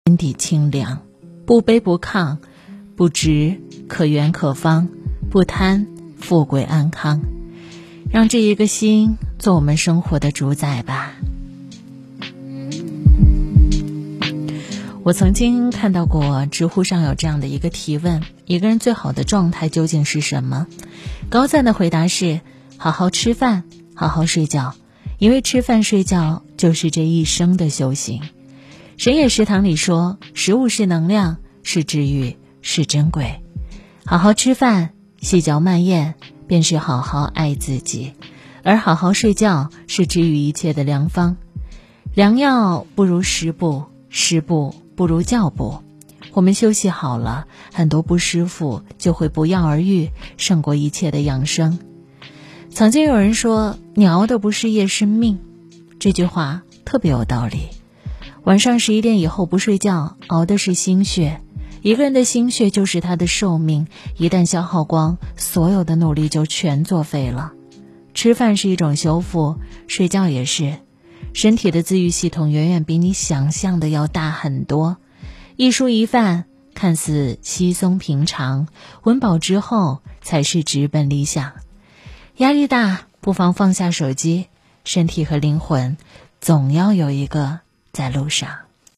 心底清凉，不卑不亢，不执可圆可方，不贪富贵安康，让这一个心做我们生活的主宰吧。我曾经看到过知乎上有这样的一个提问，一个人最好的状态究竟是什么？高赞的回答是好好吃饭，好好睡觉，因为吃饭睡觉就是这一生的修行。深夜食堂里说，食物是能量，是治愈，是珍贵。好好吃饭，细嚼慢咽，便是好好爱自己，而好好睡觉是治愈一切的良方。良药不如食补，食补不如教补。我们休息好了，很多不舒服就会不药而愈，胜过一切的养生。曾经有人说，你熬的不是夜是命，这句话特别有道理。晚上11点以后不睡觉，熬的是心血。一个人的心血就是他的寿命，一旦消耗光，所有的努力就全作废了。吃饭是一种修复，睡觉也是。身体的自愈系统远远比你想象的要大很多。一蔬一饭看似稀松平常，温饱之后才是直奔理想。压力大，不妨放下手机，身体和灵魂总要有一个在路上。